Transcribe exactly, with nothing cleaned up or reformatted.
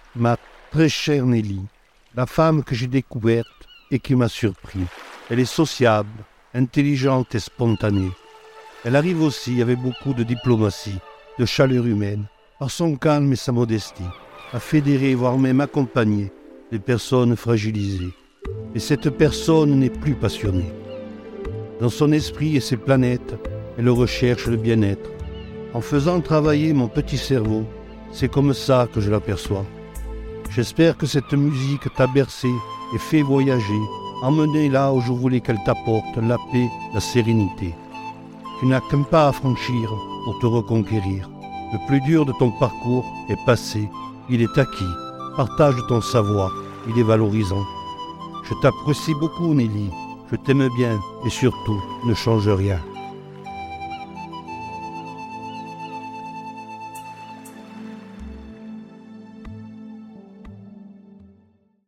Ma très chère Nelly, la femme que j'ai découverte et qui m'a surpris. Elle est sociable, intelligente et spontanée. Elle arrive aussi avec beaucoup de diplomatie, de chaleur humaine, par son calme et sa modestie, à fédérer, voire même accompagner les personnes fragilisées. Et cette personne n'est plus passionnée. Dans son esprit et ses planètes, elle recherche le bien-être. En faisant travailler mon petit cerveau, c'est comme ça que je l'aperçois. J'espère que cette musique t'a bercé et fait voyager, emmené là où je voulais qu'elle t'apporte la paix, la sérénité. Tu n'as qu'un pas à franchir pour te reconquérir. Le plus dur de ton parcours est passé, il est acquis. Partage ton savoir, il est valorisant. Je t'apprécie beaucoup, Nelly. Je t'aime bien et surtout, ne change rien.